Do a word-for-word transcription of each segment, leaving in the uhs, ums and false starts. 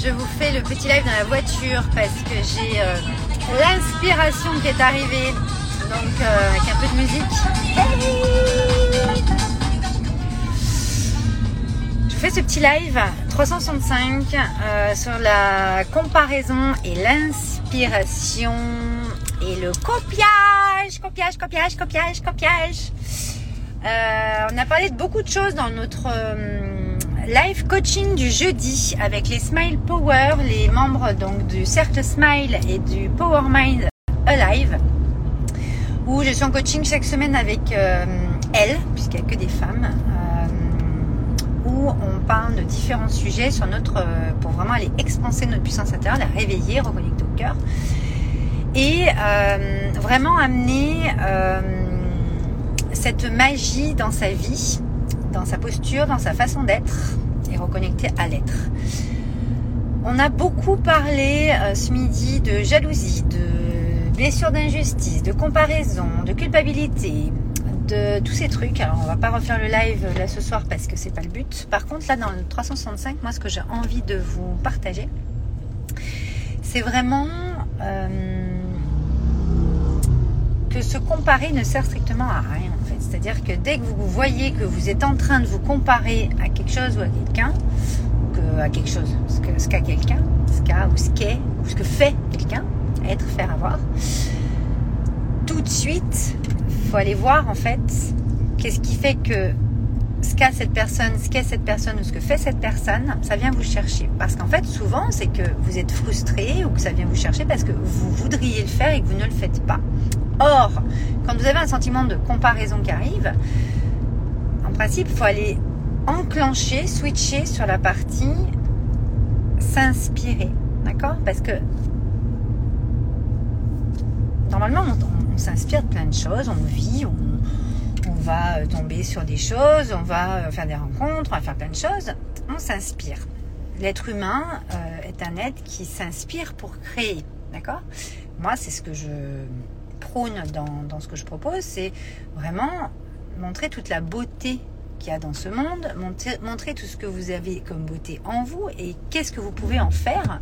je vous fais le petit live dans la voiture parce que j'ai euh, l'inspiration qui est arrivée. Donc euh, avec un peu de musique. Hey, je fais ce petit live trois cent soixante-cinq euh, sur la comparaison et l'inspiration et le copiage, copiage, copiage, copiage, copiage. Euh, on a parlé de beaucoup de choses dans notre euh, live coaching du jeudi avec les Smile Power, les membres donc du Cercle Smile et du Power Mind Alive, où je suis en coaching chaque semaine avec euh, elle, puisqu'il n'y a que des femmes, euh, où on parle de différents sujets sur notre, euh, pour vraiment aller expanser notre puissance intérieure, la réveiller, reconnecter au cœur, et euh, vraiment amener euh, cette magie dans sa vie, dans sa posture, dans sa façon d'être, et reconnecter à l'être. On a beaucoup parlé euh, ce midi de jalousie, de blessures d'injustice, de comparaison, de culpabilité, de tous ces trucs. Alors on va pas refaire le live là ce soir parce que c'est pas le but. Par contre là dans le trois cent soixante-cinq, moi ce que j'ai envie de vous partager, c'est vraiment euh, que se comparer ne sert strictement à rien en fait. C'est-à-dire que dès que vous voyez que vous êtes en train de vous comparer à quelque chose ou à quelqu'un, que à quelque chose, ce, que, ce qu'a quelqu'un, ce qu'a ou ce qu'est ou ce que fait quelqu'un, être, faire, avoir, tout de suite, il faut aller voir en fait qu'est-ce qui fait que ce qu'a cette personne, ce qu'est cette personne ou ce que fait cette personne, ça vient vous chercher. Parce qu'en fait, souvent, c'est que vous êtes frustré ou que ça vient vous chercher parce que vous voudriez le faire et que vous ne le faites pas. Or, quand vous avez un sentiment de comparaison qui arrive, en principe, il faut aller enclencher, switcher sur la partie s'inspirer. D'accord ? Parce que normalement, on, on s'inspire de plein de choses, on vit, on, on va tomber sur des choses, on va faire des rencontres, on va faire plein de choses, on s'inspire. L'être humain euh, est un être qui s'inspire pour créer, d'accord ? Moi, c'est ce que je prône dans, dans ce que je propose, c'est vraiment montrer toute la beauté qu'il y a dans ce monde, montrer, montrer tout ce que vous avez comme beauté en vous et qu'est-ce que vous pouvez en faire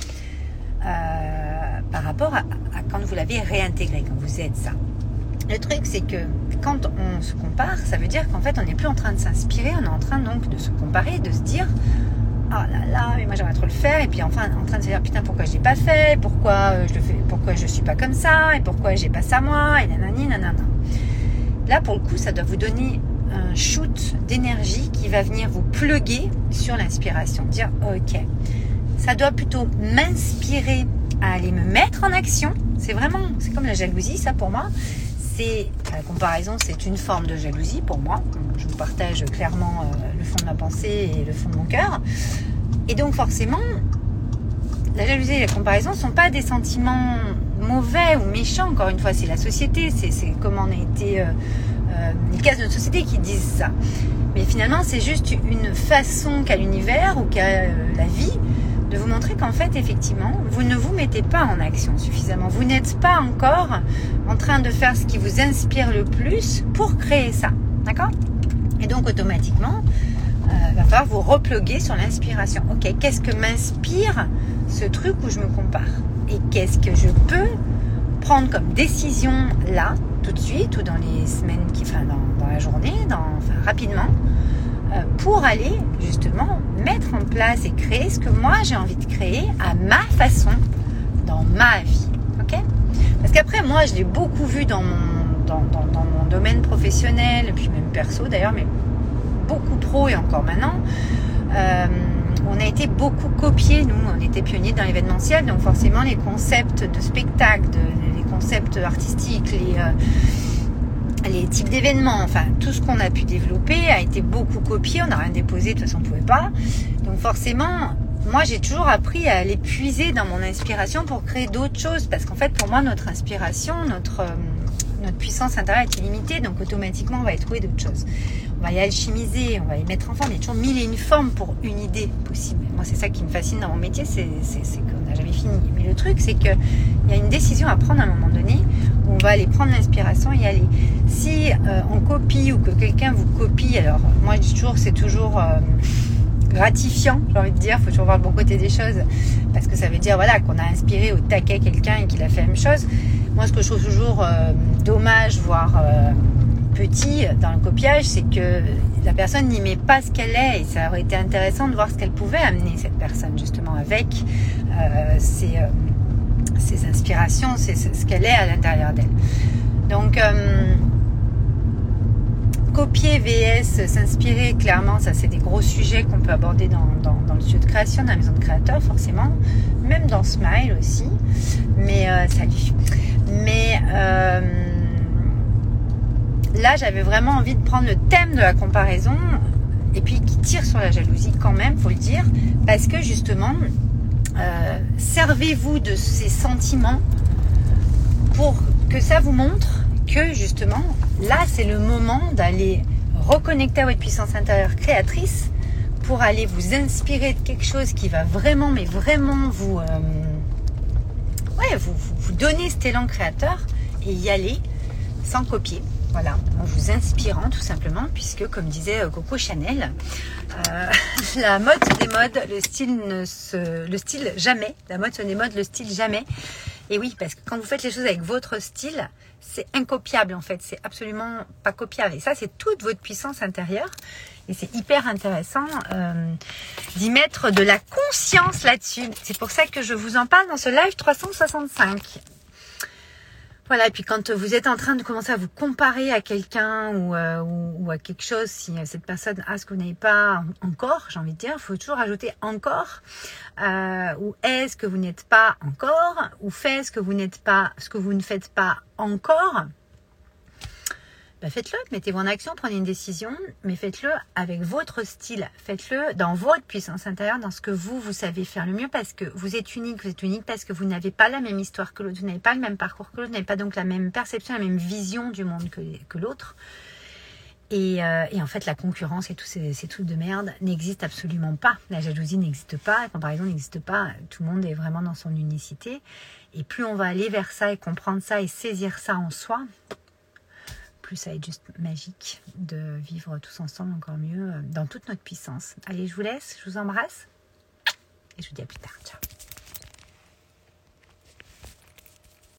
Euh, par rapport à, à quand vous l'avez réintégré, quand vous êtes ça. Le truc, c'est que quand on se compare, ça veut dire qu'en fait, on n'est plus en train de s'inspirer, on est en train donc de se comparer, de se dire « Ah là là, mais moi j'aimerais trop le faire » et puis enfin en train de se dire « Putain, pourquoi je l'ai pas fait ? Pourquoi je le fais ? Pourquoi je suis pas comme ça ? Et pourquoi j'ai pas ça moi ? Et nanani, nanana. » Là, pour le coup, ça doit vous donner un shoot d'énergie qui va venir vous pluguer sur l'inspiration, dire « Ok ». Ça doit plutôt m'inspirer à aller me mettre en action. C'est vraiment, c'est comme la jalousie, ça pour moi. C'est, la comparaison, c'est une forme de jalousie pour moi. Je vous partage clairement euh, le fond de ma pensée et le fond de mon cœur. Et donc forcément, la jalousie et la comparaison ne sont pas des sentiments mauvais ou méchants. Encore une fois, c'est la société, c'est, c'est comment on a été, euh, euh, les cases de notre société qui disent ça. Mais finalement, c'est juste une façon qu'a l'univers ou qu'a euh, la vie de vous montrer qu'en fait, effectivement, vous ne vous mettez pas en action suffisamment. Vous n'êtes pas encore en train de faire ce qui vous inspire le plus pour créer ça. D'accord ? Et donc, automatiquement, il euh, va falloir vous repluguer sur l'inspiration. Ok, qu'est-ce que m'inspire ce truc où je me compare ? Et qu'est-ce que je peux prendre comme décision là, tout de suite, ou dans les semaines, qui, enfin, dans, dans la journée, dans, enfin, rapidement, pour aller justement mettre en place et créer ce que moi j'ai envie de créer à ma façon dans ma vie, ok ? Parce qu'après moi je l'ai beaucoup vu dans mon, dans, dans, dans mon domaine professionnel et puis même perso d'ailleurs, mais beaucoup pro et encore maintenant, euh, on a été beaucoup copiés, nous on était pionniers dans l'événementiel, donc forcément les concepts de spectacle, de, les concepts artistiques, les euh, les types d'événements, enfin tout ce qu'on a pu développer a été beaucoup copié, on n'a rien déposé, de toute façon on ne pouvait pas. Donc forcément, moi j'ai toujours appris à aller puiser dans mon inspiration pour créer d'autres choses, parce qu'en fait pour moi notre inspiration, notre, euh, notre puissance intérieure est illimitée, donc automatiquement on va y trouver d'autres choses. On va y alchimiser, on va y mettre en forme, il y a toujours mille et une formes pour une idée possible. Moi c'est ça qui me fascine dans mon métier, c'est, c'est, c'est qu'on n'a jamais fini. Mais le truc c'est qu'il y a une décision à prendre à un moment donné, où on va aller prendre l'inspiration et y aller. Si euh, on copie ou que quelqu'un vous copie, alors moi je dis toujours, c'est toujours, euh, gratifiant, j'ai envie de dire. Il faut toujours voir le bon côté des choses, parce que ça veut dire voilà, qu'on a inspiré au taquet quelqu'un et qu'il a fait la même chose. Moi, ce que je trouve toujours euh, dommage, voire euh, petit dans le copiage, c'est que la personne n'y met pas ce qu'elle est, et ça aurait été intéressant de voir ce qu'elle pouvait amener, cette personne, justement, avec euh, ses, euh, ses inspirations, c'est ce qu'elle est à l'intérieur d'elle. Donc, euh, copier vs s'inspirer, clairement, ça c'est des gros sujets qu'on peut aborder dans, dans, dans le studio de création, dans la maison de créateur, forcément, même dans Smile aussi. Mais euh, salut. Mais euh, là, j'avais vraiment envie de prendre le thème de la comparaison, et puis qui tire sur la jalousie quand même, faut le dire, parce que justement, euh, servez-vous de ces sentiments pour que ça vous montre que justement, là, c'est le moment d'aller reconnecter à votre puissance intérieure créatrice pour aller vous inspirer de quelque chose qui va vraiment, mais vraiment vous, euh, ouais, vous, vous, vous donner cet élan créateur et y aller sans copier. Voilà, en vous inspirant tout simplement, puisque comme disait Coco Chanel, euh, la mode se démode, le style ne se, le style jamais. La mode se démode, le style jamais. Et oui, parce que quand vous faites les choses avec votre style, c'est incopiable en fait, c'est absolument pas copiable. Et ça, c'est toute votre puissance intérieure. Et c'est hyper intéressant euh, d'y mettre de la conscience là-dessus. C'est pour ça que je vous en parle dans ce live trois cent soixante-cinq. Voilà, et puis quand vous êtes en train de commencer à vous comparer à quelqu'un ou, euh, ou, ou à quelque chose, si cette personne a ce que vous n'avez pas encore, j'ai envie de dire, il faut toujours ajouter encore, euh, ou est-ce que vous n'êtes pas encore, ou fait ce que vous n'êtes pas, ce que vous ne faites pas encore. Ben faites-le, mettez-vous en action, prenez une décision, mais faites-le avec votre style, faites-le dans votre puissance intérieure, dans ce que vous, vous savez faire le mieux, parce que vous êtes unique, vous êtes unique parce que vous n'avez pas la même histoire que l'autre, vous n'avez pas le même parcours que l'autre, vous n'avez pas donc la même perception, la même vision du monde que, que l'autre. Et, euh, et en fait, la concurrence et tous ces, ces trucs de merde n'existent absolument pas. La jalousie n'existe pas, la comparaison n'existe pas, tout le monde est vraiment dans son unicité. Et plus on va aller vers ça et comprendre ça et saisir ça en soi, plus ça va être juste magique de vivre tous ensemble encore mieux dans toute notre puissance. Allez, je vous laisse, je vous embrasse et je vous dis à plus tard. Ciao.